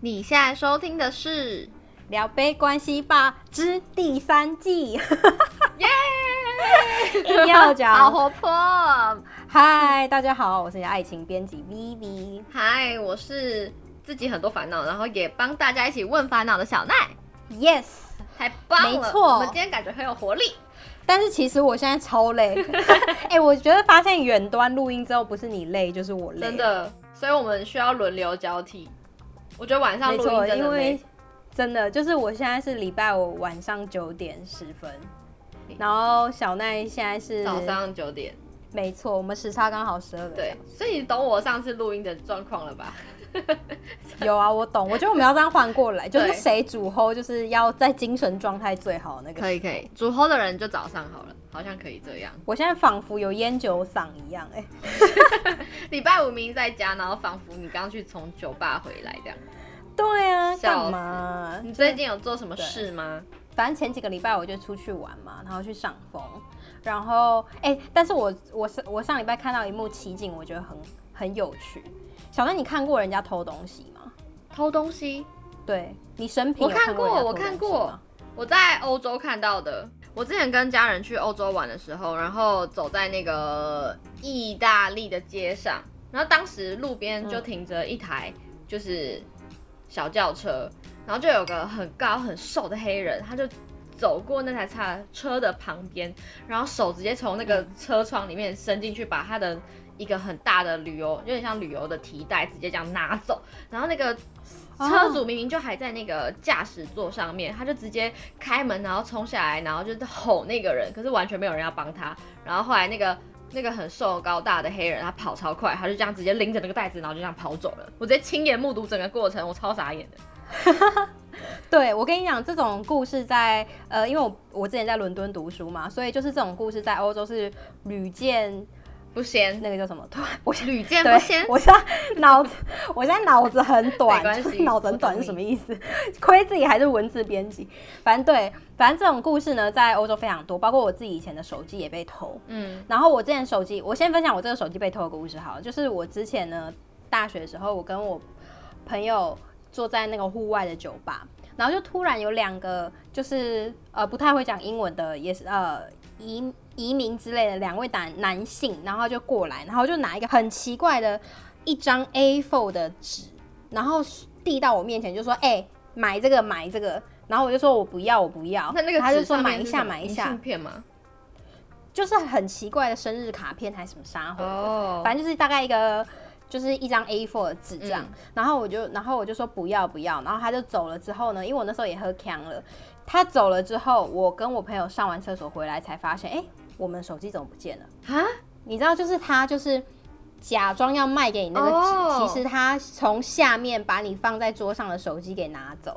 你现在收听的是《 聊杯关系吧之第3季， 耶！ 硬要讲， 好活泼。 嗨，大家好，我是你的爱情编辑 Vivi。 嗨，我是自己很多烦恼，然后也帮大家一起问烦恼的小奈。 Yes， 太棒了， 没错， 我们今天感觉很有活力。 但是其实我现在超累，我觉得发现远端录音之后，不是你累就是我累， 真的，所以我们需要轮流交替。我觉得晚上录音真的累， 因为真的就是我现在是礼拜五晚上9点10分，然后小奈现在是早上9点， 没错，我们时差刚好12个小时。 对，所以你懂我上次录音的状况了吧？ 有啊，我懂。我觉得我们要这样换过来，就是谁主 hold 就是要在精神状态最好的那个。 可以，主 hold 的人就早上好了，好像可以这样。 我现在仿佛有烟酒嗓一样， 礼拜五明明在家，然后仿佛你刚去从酒吧回来这样。 对啊，干嘛？ 你最近有做什么事吗？ 反正前几个礼拜我就出去玩嘛，然后去赏枫，然后但是我上礼拜看到一幕奇景，我觉得很有趣。小奈，你看过人家偷东西吗？ 偷东西？ 对，你生平我看过，我在欧洲看到的。我之前跟家人去欧洲玩的时候，然后走在那个意大利的街上，然后当时路边就停着一台就是小轿车，然后就有个很高很瘦的黑人，他就走过那台车的旁边，然后手直接从那个车窗里面伸进去，把他的一个很大的有点像旅游的提袋直接这样拿走，然后那个车主明明就还在那个驾驶座上面，他就直接开门，然后冲下来，然后就吼那个人，可是完全没有人要帮他。然后后来那个很瘦高大的黑人，他跑超快，他就这样直接拎着那个袋子，然后就这样跑走了。我直接亲眼目睹整个过程，我超傻眼的。 对，我跟你讲，这种故事在因为我之前在伦敦读书嘛，所以就是这种故事在欧洲是屡见不鲜， 那个叫什么？ 我屡见不鲜。 我现在脑子很短，脑子很短是什么意思？亏自己还是文字编辑。反正这种故事呢，在欧洲非常多，包括我自己以前的手机也被偷。然后我之前手机，我先分享我这个手机被偷的故事好了。就是我之前呢，大学的时候，我跟我朋友坐在那个户外的酒吧，然后就突然有2个就是不太会讲英文的，也是移民之类的2位男性，然后就过来，然后就拿一个很奇怪的一张 A4 的纸，然后递到我面前，就说买这个，然后我就说我不要， 那他就说买一下， 明片吗？ 就是很奇怪的生日卡片还是什么沙盒，反正就是大概就是一张 A4 的纸这样，然后我就说不要，然后他就走了之后呢，因为我那时候也喝呛了，他走了之后，我跟我朋友上完厕所回来才发现，我们手机怎么不见了啊？你知道，就是他就是假装要卖给你那个纸，其实他从下面把你放在桌上的手机给拿走。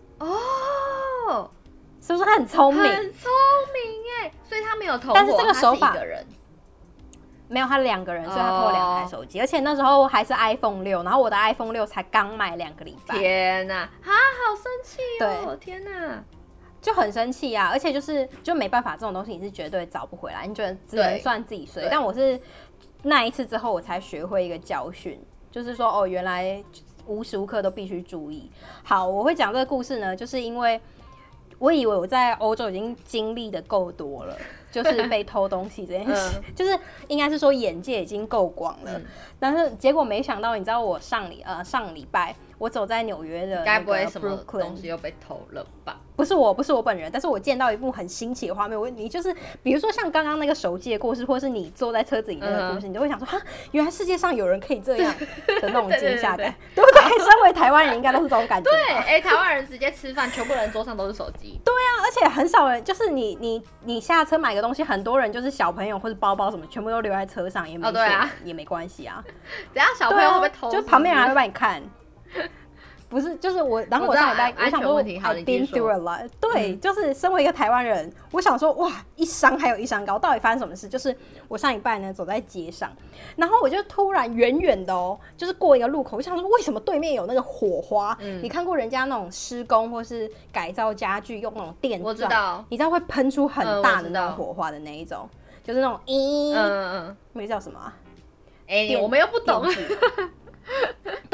是不是很聪明？ 很聪明耶！所以他没有偷， 但是这个手法他是一个人。 没有，他2个人，所以他偷2台手机，而且那时候还是 iPhone 6，然后我的 iPhone 6才刚买2个礼拜。 天哪，好生气哦！ 对， 天哪， 就很生气啊！而且就没办法，这种东西你是绝对找不回来，你觉得只能算自己衰。但我是那一次之后，我才学会一个教训，就是说原来无时无刻都必须注意。好，我会讲这个故事呢，就是因为我以为我在欧洲已经经历的够多了。就是被偷东西这件事，就是应该是说眼界已经够广了，但是结果没想到，你知道我上礼拜我走在纽约的， 该不会什么东西又被偷了吧？ 不是我本人，但是我见到一幕很新奇的画面。你就是比如说像刚刚那个手机的故事，或是你坐在车子里那个故事，你都会想说原来世界上有人可以这样的那种惊吓感，对不对？身为台湾人，应该都是这种感觉。 对，台湾人直接吃饭，全部人桌上都是手机。 对啊，而且很少人，就是你下车买个东西，很多人就是小朋友或者包包什么，全部都留在车上，也没也没关系啊。 等下小朋友会不会偷？ 就旁边人还会帮你看。不是，就是然后我上礼拜我想说 I've been through a lot， 对，就是身为一个台湾人，我想说哇，一山还有一山高，到底发生什么事？就是我上礼拜呢走在街上，然后我就突然远远的就是过一个路口，我想说为什么对面有那个火花？你看过人家那种施工或是改造家具用那种电钻， 我知道， 你知道会喷出很大的那种火花的那一种，就是那种那个叫什么啊？ 我们又不懂。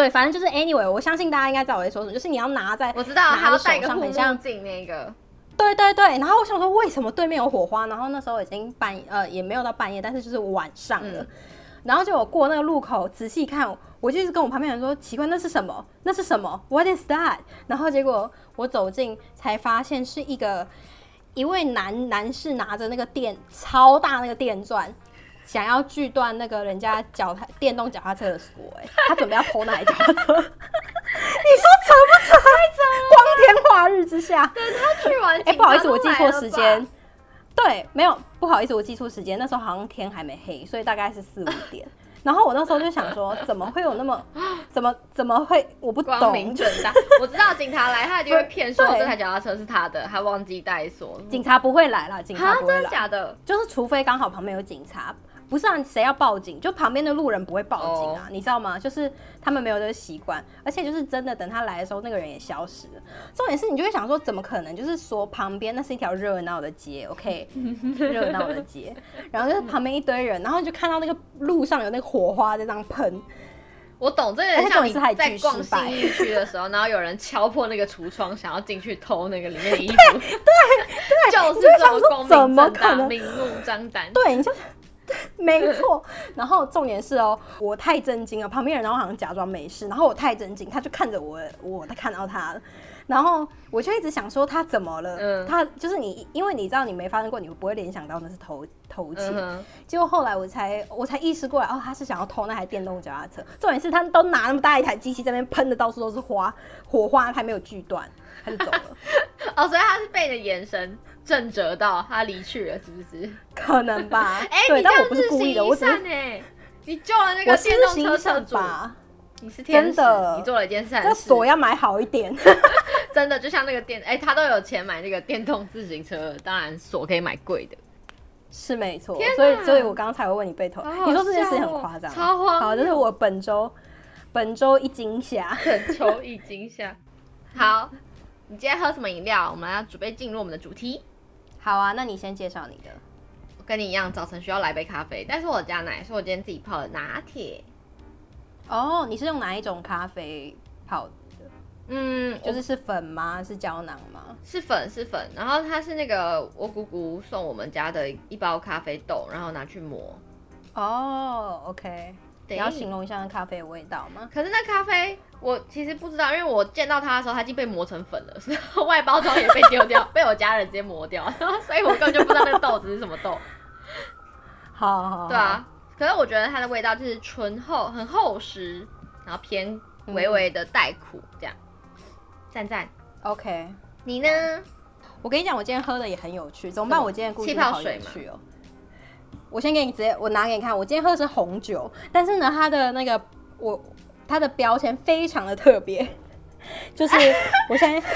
对，反正就是 anyway， 我相信大家应该知道我在说什么，就是你要拿在我知道，还要戴个护目镜那个。 对对对，然后我想说为什么对面有火花，然后那时候已经也没有到半夜，但是就是晚上了。然后就我过那个路口仔细看，我就一直跟我旁边人说奇怪那是什么？那是什么 ？What is that？ 然后结果我走近才发现是一位男士拿着那个超大那个电钻，想要锯断那个人家电动脚踏车的锁，他准备要偷那台脚踏车。你说扯不扯？光天化日之下， 对他去完， 不好意思，我记错时间。对，没有，不好意思，我记错时间。那时候好像天还没黑，所以大概是4、5点。然后我那时候就想说，怎么会有那么怎么会？我不懂。 光明正大，我知道警察来，他一定会骗说这台脚踏车是他的，他忘记带锁。 警察不会来啦，警察不会来。 真的假的？ 就是除非刚好旁边有警察。不是啊，谁要报警？就旁边的路人不会报警啊，你知道吗？就是他们没有这个习惯，而且就是真的等他来的时候，那个人也消失了。重点是你就会想说，怎么可能？就是说旁边那是一条热闹的街 ，OK， 热闹的街，然后就是旁边一堆人，然后就看到那个路上有那个火花在这样喷。 我懂，这有点像你在逛信义区的时候，然后有人敲破那个橱窗，想要进去偷那个里面的衣服。对，就是这么光明正大、明目张胆。 对，你就。没错，然后重点是我太震惊了，旁边人然后好像假装没事，然后我太震惊，他就看着我看到他了，然后我就一直想说他怎么了，他就是你，因为你知道你没发生过，你不会联想到那是偷窃，结果后来我才意识过来，他是想要偷那台电动脚踏车，重点是他都拿那么大一台机器在那边喷的到处都是火花还没有锯断，他就走了。 所以他是被你的眼神震折到，他离去了，是不是？ 可能吧。对，但我不是故意的，我只是你救了那个电动车车主，你是天使，你做了一件善事。 这锁要买好一点， 真的就像那个他都有钱买那个电动自行车，当然锁可以买贵的， 是没错。所以我刚刚才会问你被偷，你说这件事情很夸张， 超荒谬。 好，这是我本周一惊吓， 本周一惊吓。好，你今天喝什么饮料？我们要准备进入我们的主题。 好啊，那你先介绍你的。 我跟你一样，早晨需要来杯咖啡，但是我加奶，所以我今天自己泡的拿铁。 哦，你是用哪一种咖啡泡的？就是粉吗？是胶囊吗？ 是粉，然后它是那个我姑姑送我们家的一包咖啡豆，然后拿去磨。 哦 ，OK。你要形容一下那咖啡的味道吗？ 可是那咖啡我其实不知道，因为我见到它的时候，它已经被磨成粉了，然后外包装也被丢掉，被我家人直接磨掉，所以我根本就不知道那个豆子是什么豆。 好， 对啊。可是我觉得它的味道就是醇厚，很厚实，然后偏微微的带苦，这样。赞。 OK， 你呢？ 我跟你讲，我今天喝的也很有趣。怎么办？我今天的故事好有趣哦。我先给你我拿给你看，我今天喝的是红酒，但是呢，它的那个它的标签非常的特别，就是我现在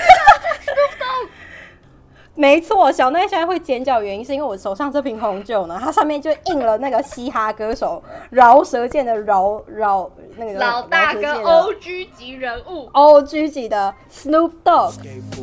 没错，小奈现在会尖叫，原因是因为我手上这瓶红酒呢，它上面就印了那个嘻哈歌手饶舌界的那个老大哥 OG 级人物 ，OG 级的 Snoop Dogg。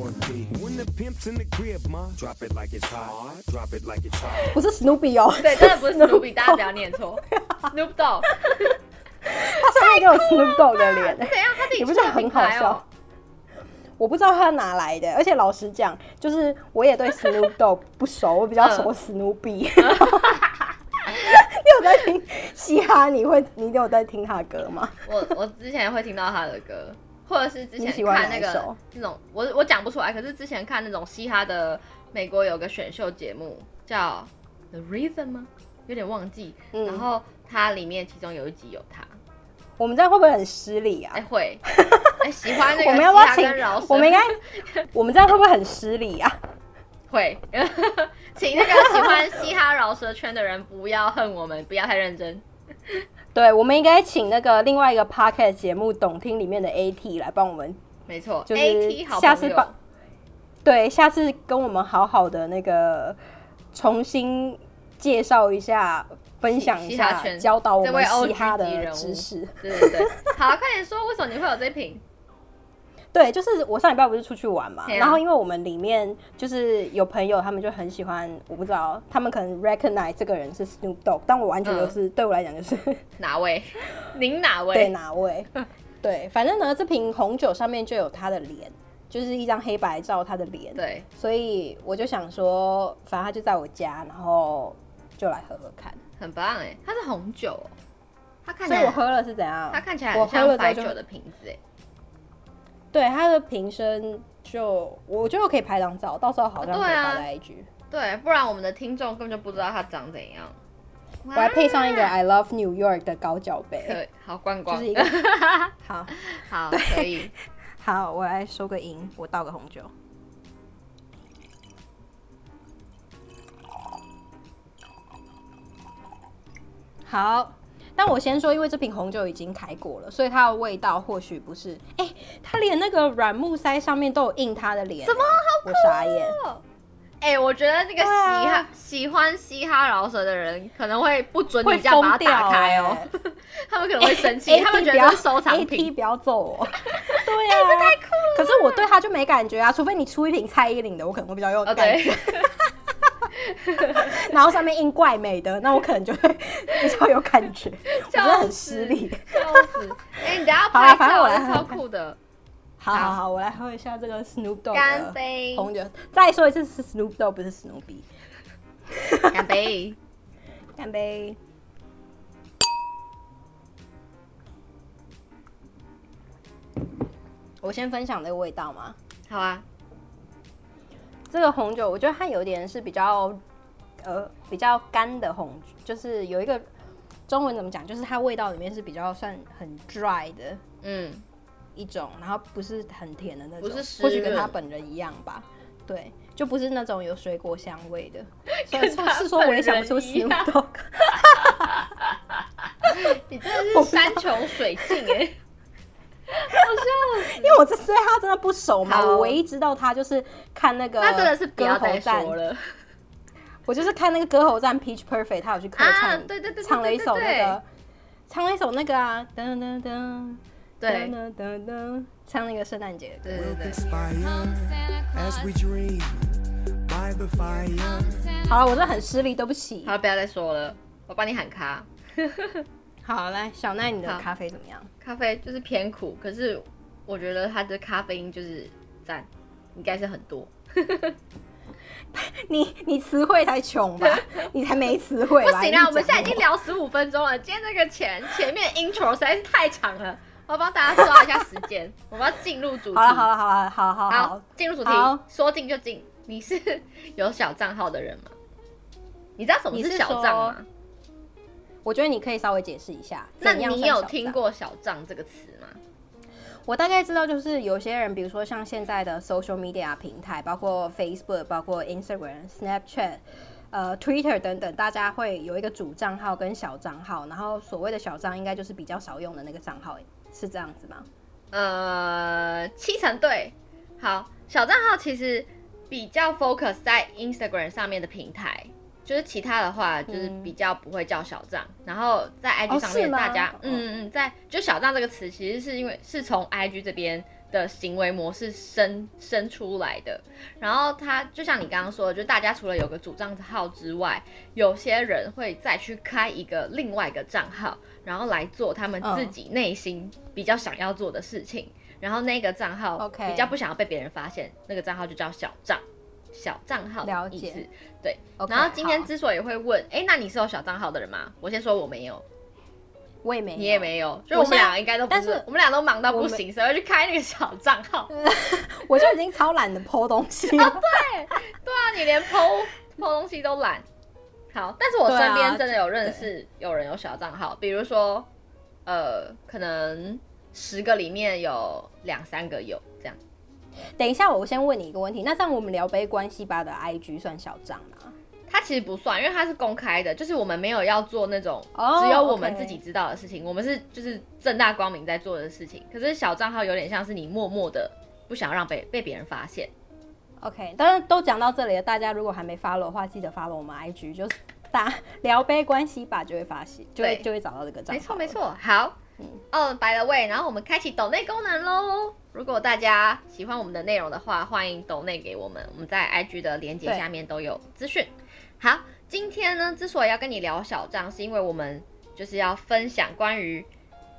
不是 Snoopy 哦， 对，真的不是 Snoopy， 大家不要念错，Snoop Dogg。 他上面就有 Snoop Dogg 的脸， 怎样？他自己你不觉得很好笑？我不知道他哪来的，而且老实讲，就是我也对 Snoop Dogg 不熟，我比较熟 Snoopy。你有在听嘻哈？你有在听他的歌吗？ 我之前会听到他的歌，或者是之前看那种我讲不出来，可是之前看那种嘻哈的，美国有个选秀节目叫 The Reason 吗？有点忘记。然后它里面其中有一集有他。 我们这样会不会很失礼啊？ 会。喜欢那个嘻哈跟饶舌， 我们这样会不会很失礼啊？ 会。请那个喜欢嘻哈饶舌圈的人不要恨我们，不要太认真。 对，我们应该请那个另外一个 podcast 节目懂听里面的 AT 来帮我们。 没错， 就是 AT 好下次下次跟我们好好的那个重新介绍一下。分享一下，教导我们嘻哈的知识。 对，好，快点说，为什么你会有这瓶？ 对，就是我上礼拜不是出去玩嘛，然后因为我们里面就是有朋友，他们就很喜欢，我不知道，他们可能 recognize 这个人是 Snoop Dogg，但我完全就是对我来讲就是哪位？您哪位？ 对哪位？ 对，反正呢，这瓶红酒上面就有他的脸，就是一张黑白照他的脸。 对， 所以我就想说，反正他就在我家，然后就来喝喝看。 很棒哎，它是红酒哦，它看起来， 所以我喝了是怎样？ 它看起来很像白酒的瓶子哎。 对，它的瓶身我觉得我可以拍张照，到时候好像可以发在 IG。 对，不然我们的听众根本就不知道它长怎样。 我还配上一个 I Love New York 的高脚杯， 好观光， 就是一个好， 可以。 好，我来收个音，我倒个红酒。好，但我先说，因为这瓶红酒已经开过了，所以它的味道或许不是。它连那个软木塞上面都有印它的脸， 什么？好酷哦！ 我傻眼。 我觉得那个喜欢嘻哈饶舌的人可能会不准你这样把它打开哦，他们可能会生气，他们觉得是收藏品。 AT 不要揍我。对啊，这太酷了。 可是我对它就没感觉啊，除非你出一瓶蔡依林的，我可能会比较有感觉。然后上面印怪美的，那我可能就会比较有感觉。我觉得很失礼。 笑死！你等一下拍照，超酷的。 好，我来喝一下这个 Snoop Dogg 的红酒。再说一次，是 Snoop Dogg 不是 Snoopy。 干杯！ 干杯！我先分享这个味道吗？ 好啊。 这个红酒，我觉得它有点是比较干的红酒，就是有一个中文怎么讲，就是它味道里面是比较算很 dry 的，一种，然后不是很甜的那种，或许跟他本人一样吧，对，就不是那种有水果香味的。所以是说我也想不出 Snoop Dogg。 你真的是山穷水尽哎，好笑！ 因为我对他真的不熟嘛，我唯一知道他就是看那个， 那真的是不要再说了。 我就是看那个歌喉战 Pitch Perfect， 他有去客串， 对， 唱了一首那个啊，噔噔噔。 对， 唱那个圣诞节的歌。好了，我真的很失礼，对不起。 好了，不要再说了，我帮你喊咖。 好，来，小奈，你的咖啡怎么样？ 咖啡就是偏苦，可是我觉得它的咖啡因就是赞，应该是很多。 你词汇才穷吧？你才没词汇吧？ 不行啊，我们现在已经聊15分钟了，今天这个前面 intro 实在是太长了。我帮大家抓一下时间，我们要进入主题。好，进入主题，说进就进。你是有小账号的人吗？你知道什么是小账吗？ 我觉得你可以稍微解释一下。 那你有听过小账这个词吗？ 我大概知道，就是有些人，比如说像现在的 social media 平台，包括 Facebook、包括 Instagram、Snapchat、Twitter 等等，大家会有一个主账号跟小账号，然后所谓的小账应该就是比较少用的那个账号，是这样子吗 ？70%对。好，小账号其实比较 focus 在 Instagram 上面的平台，就是其他的话就是比较不会叫小账。然后在 IG 上面，大家在就小账这个词，其实是因为是从 IG 这边的行为模式生出来的。然后它就像你刚刚说的，就大家除了有个主账号之外，有些人会再去开一个另外一个账号，然后来做他们自己内心比较想要做的事情。然后那个账号比较不想要被别人发现，那个账号就叫小账号的意思。对。然后今天之所以会问，那你是有小账号的人吗？我先说我没有。 我也没有， 你也没有，就我们两个应该都不是，但是我们俩都忙到不行，谁会去开那个小账号？ 我就已经超懒得 po 东西了。 对啊，你连 po 东西都懒。好，但是我身边真的有认识有人有小账号，比如说可能10个里面有2-3个有这样。 等一下，我先问你一个问题，那这样我们聊杯关系吧的 IG 算小账吗？ 它其实不算，因为它是公开的，就是我们没有要做那种只有我们自己知道的事情，我们是就是正大光明在做的事情。可是小账号有点像是你默默的不想让被别人发现。 OK， 当然都讲到这里了，大家如果还没 follow 的话，记得 follow 我们 IG， 就是打聊杯关系吧就会发现，就会找到这个账号。 没错。好，by the way， 然后我们开启抖内功能咯。如果大家喜欢我们的内容的话，欢迎抖内给我们，我们在 IG 的连结下面都有资讯。好，今天呢，之所以要跟你聊小账，是因为我们就是要分享关于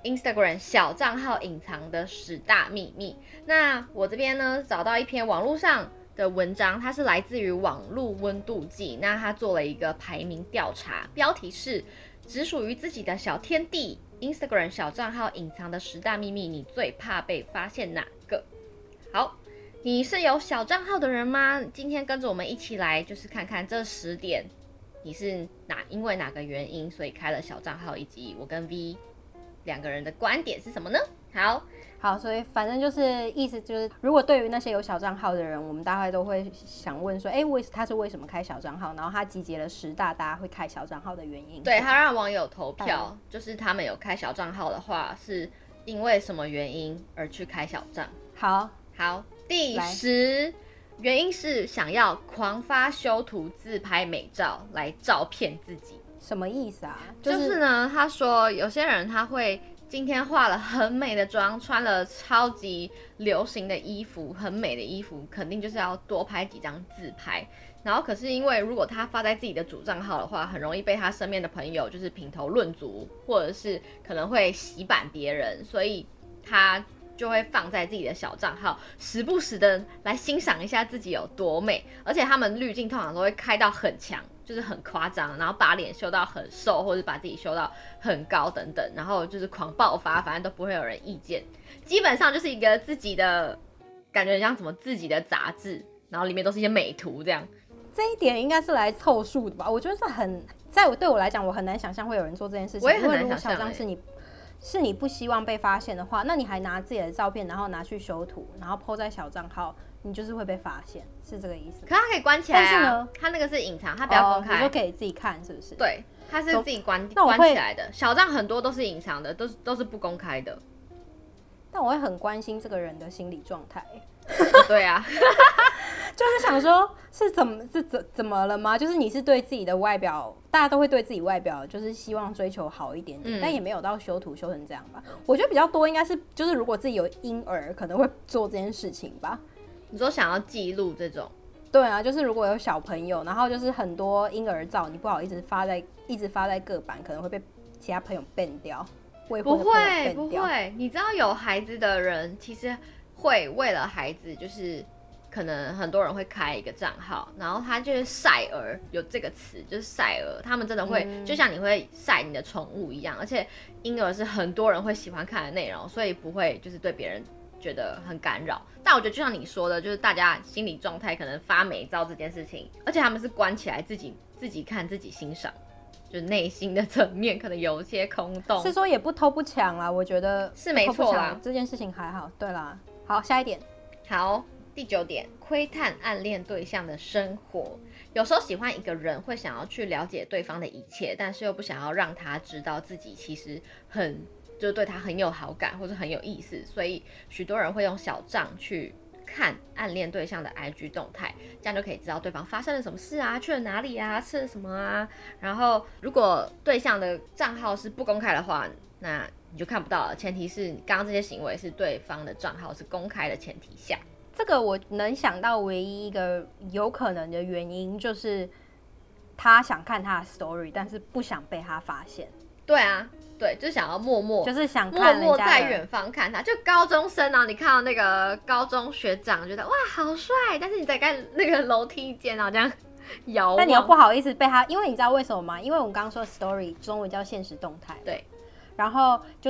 Instagram 小账号隐藏的10大秘密。那我这边呢找到一篇网络上的文章，它是来自于网络温度计，那它做了一个排名调查，标题是只属于自己的小天地 Instagram 小账号隐藏的10大秘密，你最怕被发现哪个？好，你是有小账号的人吗？今天跟着我们一起来就是看看这10点你是因为哪个原因所以开了小账号，以及我跟 V 2个人的观点是什么呢？好， 所以反正就是意思就是，如果对于那些有小账号的人，我们大概都会想问说，他是为什么开小账号？然后他集结了10大大家会开小账号的原因。 对，他让网友投票，就是他们有开小账号的话，是因为什么原因而去开小账？好，第10。原因是想要狂发修图自拍美照来照骗自己。 什么意思啊？ 就是呢，他说有些人他会今天化了很美的妆，穿了超级流行的衣服，很美的衣服，肯定就是要多拍几张自拍。然后可是因为如果他发在自己的主账号的话，很容易被他身边的朋友就是评头论足，或者是可能会洗版别人，所以他就会放在自己的小账号，时不时的来欣赏一下自己有多美。而且他们滤镜通常都会开到很强，就是很夸张，然后把脸修到很瘦，或者把自己修到很高等等，然后就是狂爆发，反正都不会有人意见。基本上就是一个自己的感觉，像什么自己的杂志，然后里面都是一些美图这样。 这一点应该是来凑数的吧？我觉得是很，对我来讲，我很难想象会有人做这件事情。 我也很难想象。 小账是你不希望被发现的话，那你还拿自己的照片，然后拿去修图，然后 po 在小账号，你就是会被发现，是这个意思。 可他可以关起来啊。 但是呢， 他那个是隐藏，他不要公开， 你就给自己看，是不是？ 对，他是自己关起来的。小账很多都是隐藏的，都是不公开的。 但我会很关心这个人的心理状态。 对啊。 就是想说，是怎么了吗？就是你是对自己的外表，大家都会对自己外表，就是希望追求好一点点，但也没有到修图修成这样吧。我觉得比较多应该是，就是如果自己有婴儿，可能会做这件事情吧。 你说想要记录这种？ 对啊，就是如果有小朋友，然后就是很多婴儿照，你不好意思一直发在个版，可能会被其他朋友 ban 掉。不会， 你知道有孩子的人其实会为了孩子，就是可能很多人会开一个账号，然后他就是晒儿，有这个词就是晒儿，他们真的会就像你会晒你的宠物一样，而且婴儿是很多人会喜欢看的内容，所以不会就是对别人觉得很干扰。但我觉得就像你说的，就是大家心理状态可能发美照这件事情，而且他们是关起来自己看自己欣赏，就是内心的层面可能有些空洞。 是说也不偷不抢啦，我觉得是没错啦， 这件事情还好。对啦，好，下一点。 好，第9点，窥探暗恋对象的生活。有时候喜欢一个人，会想要去了解对方的一切，但是又不想要让他知道自己其实就是对他很有好感或者很有意思，所以许多人会用小账去看暗恋对象的 IG 动态，这样就可以知道对方发生了什么事啊，去了哪里啊，吃了什么啊。然后如果对象的账号是不公开的话，那你就看不到了，前提是刚刚这些行为是对方的账号是公开的前提下。 这个我能想到唯一一个有可能的原因，就是他想看他的 story， 但是不想被他发现。 对啊，对，就是想要就是想看默默在远方看他，就高中生啊，你看到那个高中学长，觉得哇好帅，但是你在看那个楼梯间啊这样遥望， 但你又不好意思被他，因为你知道为什么吗？因为我们刚刚说的 story 中文叫限时动态， 对。 然后就是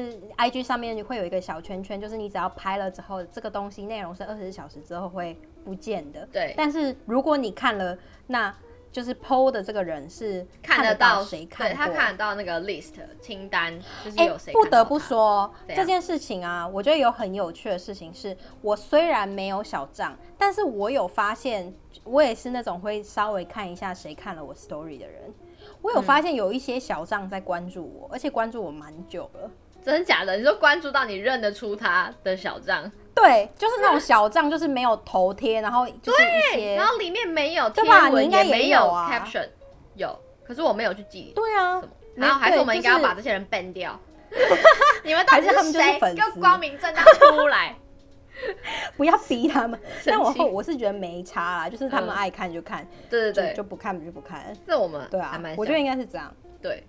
IG 上面会有一个小圈圈，就是你只要拍了之后，这个东西内容是24小时之后会不见的。 对。 但是如果你看了，那就是 PO 的这个人是看得到谁看过， 对，他看得到那个 list 清单，就是有谁看到他。 不得不说这件事情啊，我觉得有很有趣的事情是，我虽然没有小账，但是我有发现，我也是那种会稍微看一下谁看了我 story 的人。我有发现有一些小账在关注我，而且关注我蛮久了。 真的假的？你说关注到你认得出他的小账？ 对，就是那种小账，就是没有头贴，然后就是一些， 然后里面没有贴文， 你应该也有啊 caption， 有，可是我没有去记。 对啊， 然后还是我们应该要把这些人 ban 掉。你们到底是谁？ 给我光明正大出来！ 不要逼他们。但我是觉得没差啦，就是他们爱看就看， 对， 就不看就不看。 这我们对啊，我觉得应该是这样。 对，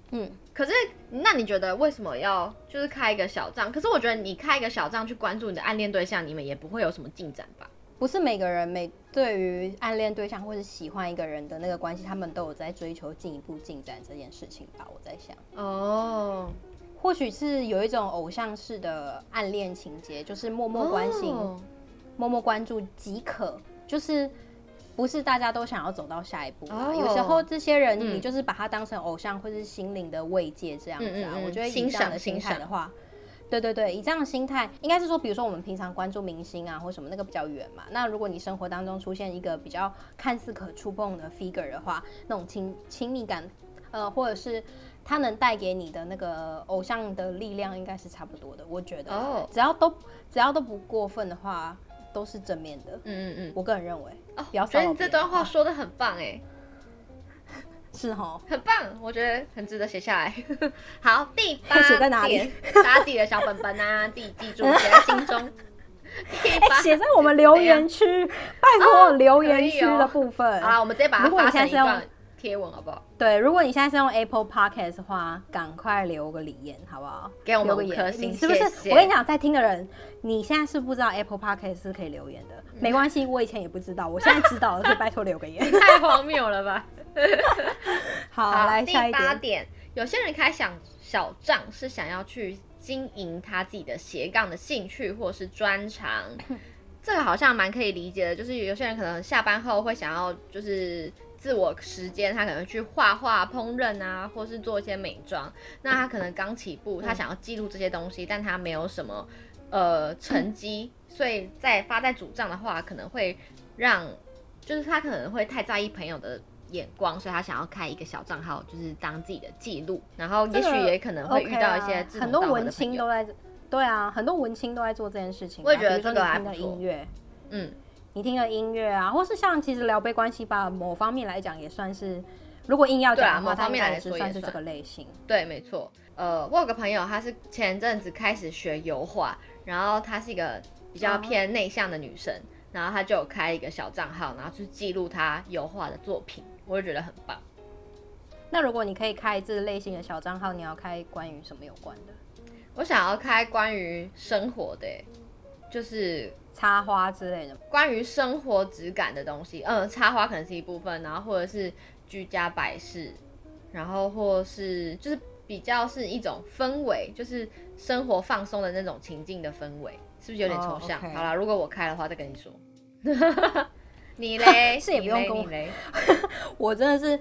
可是那你觉得为什么要就是开一个小账？可是我觉得你开一个小账去关注你的暗恋对象，你们也不会有什么进展吧？ 不是每个人对于暗恋对象或是喜欢一个人的那个关系，他们都有在追求进一步进展这件事情吧？我在想。或许是有一种偶像式的暗恋情节，就是默默关心、默默关注即可，就是不是大家都想要走到下一步啊。有时候这些人，你就是把他当成偶像或是心灵的慰藉这样子啊。我觉得以这样的心态的话，对，以这样的心态，应该是说，比如说我们平常关注明星啊或什么，那个比较远嘛。那如果你生活当中出现一个比较看似可触碰的 figure 的话，那种亲密感，或者是他能带给你的那个偶像的力量，应该是差不多的。我觉得，只要都不过分的话，都是正面的。我个人认为。不要觉得你这段话说得很棒哎。 是齁， 很棒，我觉得很值得写下来。好，第8点，大家自己的小本本啊，自己记住，写在心中。 写在我们留言区，拜托留言区的部分。 好，我们直接把它发成一段贴文，好不好？ 对，如果你现在是用 Apple Podcast 的话，赶快留个言，好不好？ 给我们5颗星， 你是不是？我跟你讲，在听的人，你现在是不知道 Apple Podcast 是可以留言的，没关系，我以前也不知道，我现在知道了，所以拜托留个言。 太荒谬了吧？ 好，来下一点。第8点，有些人开小账是想要去经营他自己的斜杠的兴趣或是专长，这个好像蛮可以理解的。就是有些人可能下班后会想要就是自我时间，他可能去画画、烹饪啊，或是做一些美妆。那他可能刚起步，他想要记录这些东西，但他没有什么成绩，所以发在主账的话，可能会让就是他可能会太在意朋友的眼光，所以他想要开一个小账号，就是当自己的记录，然后也许也可能会遇到一些志同道合的朋友。 很多文青都在，对啊，很多文青都在做这件事情。 我也觉得这个还不错。你听的音乐，你听的音乐啊，或是像其实聊杯关系吧，某方面来讲也算是，如果硬要讲的话，它应该也是算是这个类型。 对，没错。我有个朋友，她是前阵子开始学油画，然后她是一个比较偏内向的女生。然后他就有开一个小账号，然后去记录他油画的作品，我就觉得很棒。 那如果你可以开这类型的小账号，你要开关于什么有关的？ 我想要开关于生活的，就是插花之类的， 关于生活质感的东西。插花可能是一部分，然后或者是居家摆饰，然后或是就是比较是一种氛围，就是生活放松的那种情境的氛围。是不是有点抽象？好啦，如果我开的话再跟你说。你嘞？ 是也不用跟我。 你嘞？ 我真的是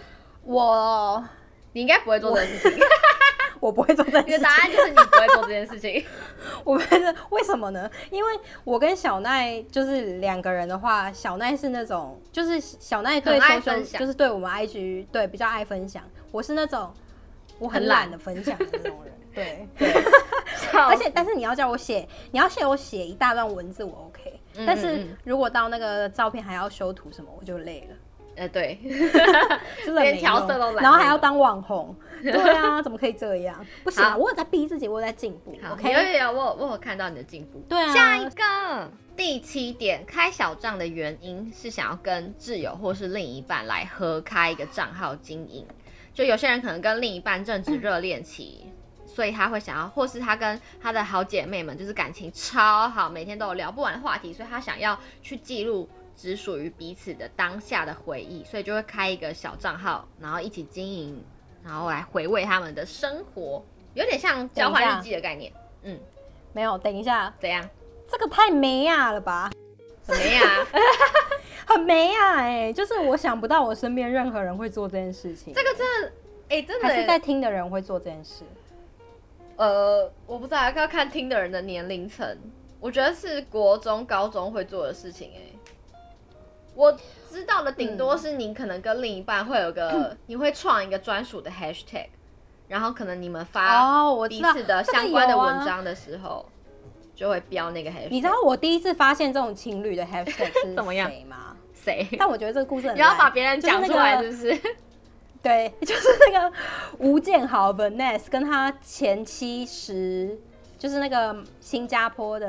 你应该不会做这件事情。 我不会做这件事情。 你的答案就是你不会做这件事情。 我觉得为什么呢？因为我跟小奈就是2个人的话，小奈是那种就是小奈对social就是对我们 IG 对比较爱分享，我是那种我很懒得分享的那种人。对。但是你要叫我写，你要我写一大段文字，我 OK。但是如果到那个照片还要修图什么，我就累了。 对， 连调色都懒， 然后还要当网红，对啊，怎么可以这样？不行啊，我有在逼自己，我有在进步。 OK， 我有看到你的进步。 对啊。 下一个第7点，开小账的原因是想要跟挚友或是另一半来合开一个账号经营。就有些人可能跟另一半正值热恋期。所以他会想要，或是他跟他的好姐妹们就是感情超好，每天都有聊不完的话题，所以他想要去记录只属于彼此的当下的回忆，所以就会开一个小账号，然后一起经营，然后来回味他们的生活，有点像交换日记的概念。 没有，等一下， 怎样？ 这个太美雅了吧？ 很美雅， 很美雅就是我想不到我身边任何人会做这件事情。 这个真的，真的还是在听的人会做这件事。 我不知道要看听的人的年龄层，我觉得是国中、高中会做的事情我知道的顶多是你可能跟另一半会有个，你会创一个专属的 hashtag， 然后可能你们发彼此的相关的文章的时候，就会标那个 hashtag。 你知道我第一次发现这种情侣的 hashtag 是谁吗？ 谁？ 但我觉得这个故事很你要把别人讲出来，是不是？ 对，就是那个吴建豪 Vanessa 跟他前妻就是那个新加坡的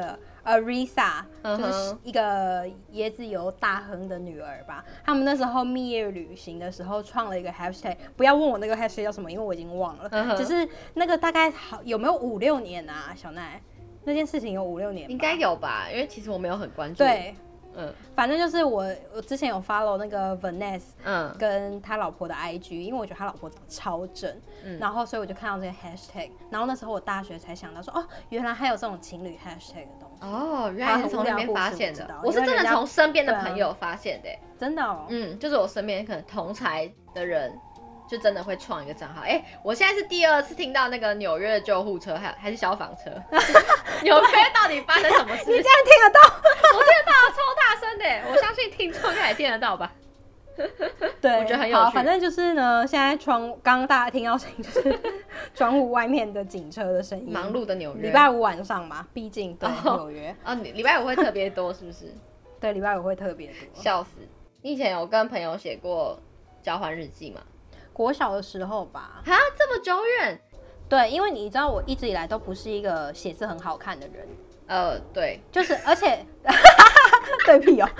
Risa， 就是一个椰子油大亨的女儿吧。他们那时候蜜月旅行的时候创了一个 hashtag， 不要问我那个 hashtag 叫什么，因为我已经忘了。只是那个大概有没有5-6年啊？小奈，那件事情有5-6年吧， 应该有吧？因为其实我没有很关注。 对。反正就是我之前有 follow 那个 Vanessa， 跟他老婆的 IG， 因为我觉得他老婆长得超正，然后所以我就看到这个 hashtag， 然后那时候我大学才想到说，哦，原来还有这种情侣 hashtag 的东西。 哦，原来是从那边发现的。我是真的从身边的朋友发现的。 真的哦。 就是我身边可能同才的人。就真的会创一个账号。我现在是第2次听到那个纽约的救护车还是消防车。纽约到底发生什么事？ 你这样听得到？ 我听得到，超大声的。我相信听众应该也听得到吧。 对， 我觉得很有趣。 反正就是呢，现在刚刚大家听到声音就是窗户外面的警车的声音。 忙碌的纽约。 礼拜5晚上嘛，毕竟对纽约。 礼拜5会特别多，是不是？ 对，礼拜5会特别多。 笑死！你以前有跟朋友写过交换日记吗？ 国小的时候吧。 啊，这么久远？ 对，因为你知道我一直以来都不是一个写字很好看的人。 对， 就是而且对屁哦。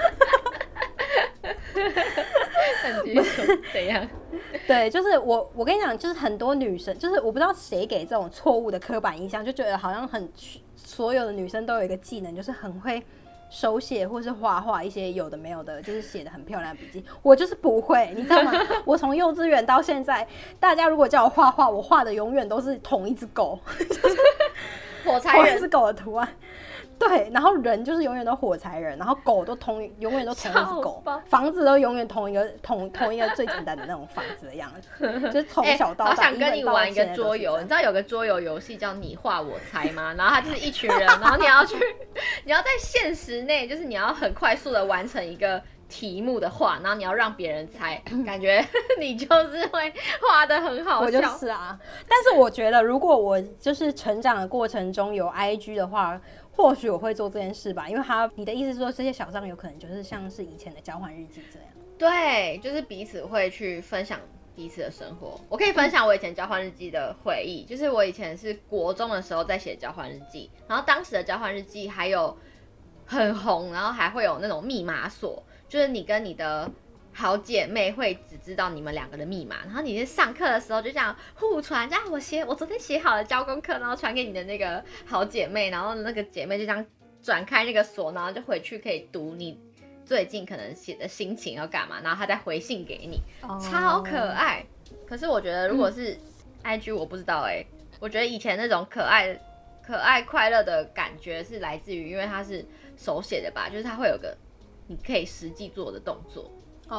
怎样？ 对，就是我跟你讲，就是很多女生，就是我不知道谁给这种错误的刻板印象，就觉得好像所有的女生都有一个技能，就是很会手写或是画一些有的没有的，就是写得很漂亮的笔记。我就是不会，你知道吗？我从幼稚园到现在，大家如果叫我画，我画的永远都是同一只狗， 火柴人， 同一只狗的图案。对，然后人就是永远都火柴人，然后狗都永远都同一只狗，房子都永远同一个最简单的那种房子的样子，就是从小到大。 好想跟你玩一个桌游，你知道有个桌游游戏叫你画我猜吗？然后它就是一群人，然后你要在限时内，就是你要很快速的完成一个题目的画，然后你要让别人猜，感觉你就是会画得很好笑。 我就是啊，但是我觉得如果我就是成长的过程中有 IG 的话，或许我会做这件事吧，因为你的意思是说这些小账有可能就是像是以前的交换日记这样。 对，就是彼此会去分享彼此的生活。我可以分享我以前交换日记的回忆，就是我以前是国中的时候在写交换日记，然后当时的交换日记还有很红，然后还会有那种密码锁，就是你跟你的好姐妹会只知道你们2个的密码，然后你在上课的时候就这样互传，这样我昨天写好了交功课，然后传给你的那个好姐妹，然后那个姐妹就这样转开那个锁，然后就回去可以读你最近可能写的心情要干嘛，然后她再回信给你，超可爱。可是我觉得如果是 IG， 我不知道我觉得以前那种可爱快乐的感觉是来自于，因为它是手写的吧，就是它会有个你可以实际做的动作。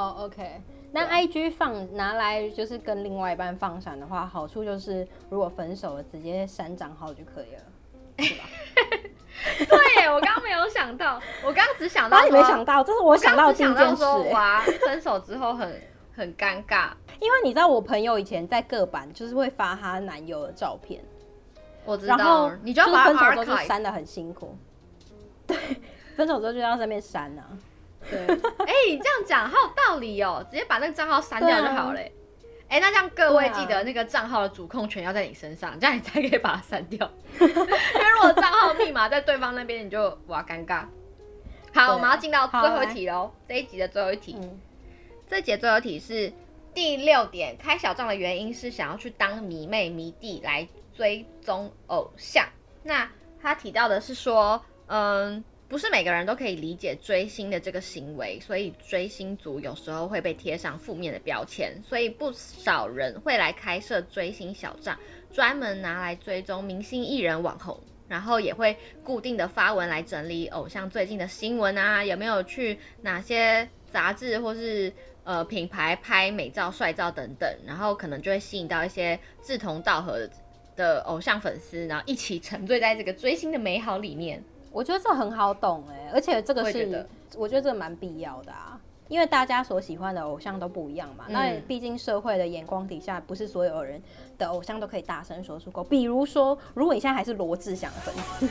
OK， 那 IG 拿来就是跟另外一半放闪的话，好处就是如果分手了，直接删账号就可以了，是吧？ 对耶，我刚刚没有想到，我刚刚只想到， 你没想到，这是我想到的第一件事。 哇，分手之后很尴尬， 因为你知道我朋友以前在个版就是会发她男友的照片， 我知道， 然后你就要把它分手之后就删得很辛苦，对，分手之后就要在那边删啊。 对，你这样讲好有道理哦，直接把那个账号删掉就好了。那这样各位记得那个账号的主控权要在你身上，这样你才可以把它删掉。因为如果账号密码在对方那边，你就哇尴尬。好，我们要进到最后一题喽，这一集的最后一题。这一集的最后一题是第6点，开小账的原因是想要去当迷妹迷弟来追踪偶像。那他提到的是说，不是每个人都可以理解追星的这个行为，所以追星族有时候会被贴上负面的标签，所以不少人会来开设追星小账，专门拿来追踪明星艺人网红，然后也会固定的发文来整理偶像最近的新闻啊，有没有去哪些杂志或是品牌拍美照帅照等等，然后可能就会吸引到一些志同道合的偶像粉丝，然后一起沉醉在这个追星的美好里面。 我觉得这很好懂而且这个是我觉得这蛮必要的啊，因为大家所喜欢的偶像都不一样嘛。那毕竟社会的眼光底下，不是所有人的偶像都可以大声说出口。比如说，如果你现在还是罗志祥的粉丝，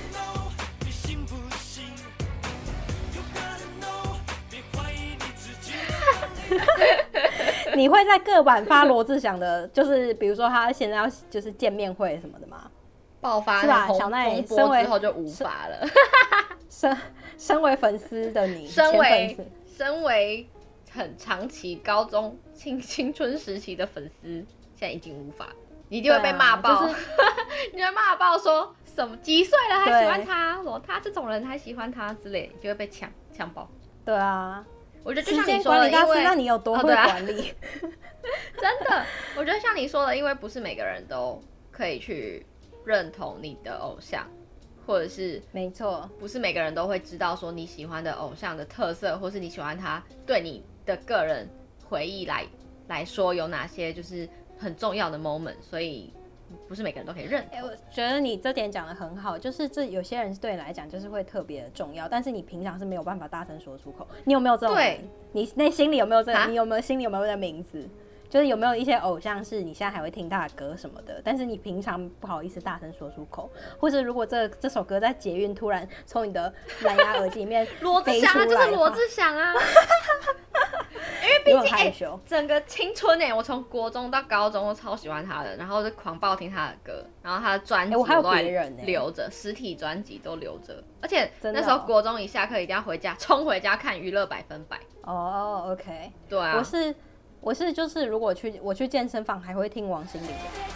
你会在个版发罗志祥的，就是比如说他现在要就是见面会什么的吗？ 爆发是吧？小奈风波之后就无法了。 身为粉丝的你， 身为很长期高中青春时期的粉丝，现在已经无法，你一定会被骂爆，你会骂爆说什么几岁了还喜欢他，说他这种人还喜欢他之类，你就会被呛爆。 对啊， 我觉得就像你说的，因为那你有多会管理？ 真的，我觉得像你说的，因为不是每个人都可以去认同你的偶像，或者是没错， 不是每个人都会知道说你喜欢的偶像的特色，或是你喜欢他对你的个人回忆来说有哪些就是很重要的 moment， 所以不是每个人都可以认同。 我觉得你这点讲得很好，就是这有些人对你来讲就是会特别的重要，但是你平常是没有办法大声说出口。你有没有这种人？对，你内心里有没有这个？你有没有心里有没有这个名字？就是有没有一些偶像是你现在还会听他的歌什么的，但是你平常不好意思大声说出口，或者如果这首歌在捷运突然从你的蓝牙耳机里面罗志祥啊，就是罗志祥啊，因为毕竟整个青春我从国中到高中都超喜欢他的，然后就狂爆听他的歌，然后他的专辑我都还留着，实体专辑都留着，而且那时候国中一下课一定要冲回家看娱乐100%。 哦 ，OK， 对啊， 我是就是如果我去健身房还会听王心凌的。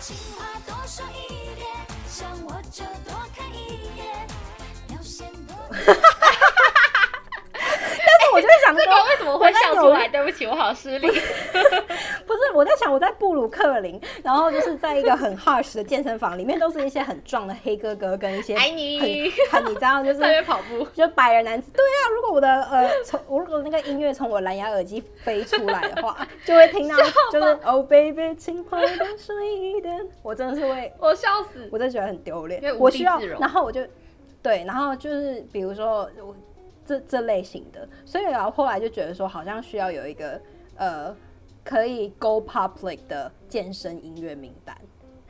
但是我就会想说， 这个为什么会笑出来？对不起，我好失礼。 不是，我在想我在布鲁克林，然后就是在一个很 harsh 的健身房，里面都是一些很壮的黑哥哥跟一些你知道就是在跑步， 就白人男子。对啊，如果我的如果那个音乐从我蓝牙耳机飞出来的话，就会听到就是 Oh baby， 请快点睡一点。我真的是会， 我笑死， 我真的觉得很丢脸。我需要，然后我就对，然后就是比如说这类型的，所以我后来就觉得说，好像需要有一个可以 go public 的健身音乐名单。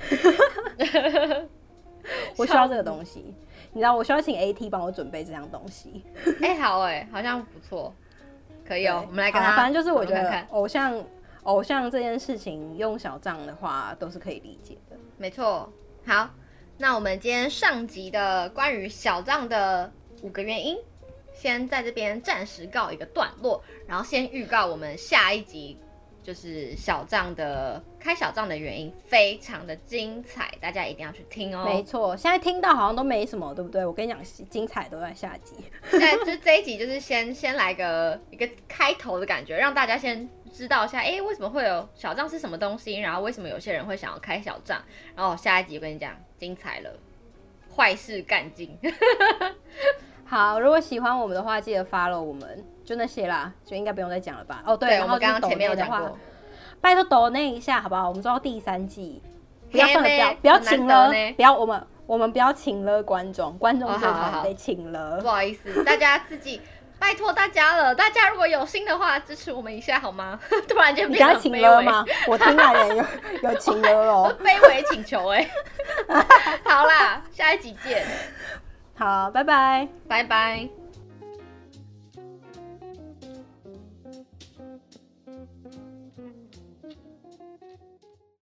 我需要这个东西，你知道，我需要请 AT 帮我准备这样东西。 好好像不错，可以我们来跟他。 反正就是我觉得偶像这件事情，用小账的话都是可以理解的。 没错，好，那我们今天上集的关于小账的5个原因，先在这边暂时告一个段落，然后先预告我们下一集就是开小账的原因非常的精彩，大家一定要去听哦。 没错，现在听到好像都没什么，对不对？我跟你讲，精彩都在下集。 现在就这一集就是先来一个开头的感觉，让大家先知道一下，为什么会有小账是什么东西，然后为什么有些人会想要开小账，然后下一集我跟你讲，精彩了，坏事干尽。 好，如果喜欢我们的话，记得 follow 我们，就那些啦，就应该不用再讲了吧？对，然后我们刚刚前面有讲过， 拜托抖内一下好不好？我们做到第3季，不要算了，不要请了，不要我们不要请了观众这团被请了， 不好意思，大家自己拜托大家了，大家如果有心的话，支持我们一下好吗？突然间变得很卑微，你刚请了吗？ 我听来人有请了哦， 卑微请求好啦，下一集见。 好，拜拜， 拜拜。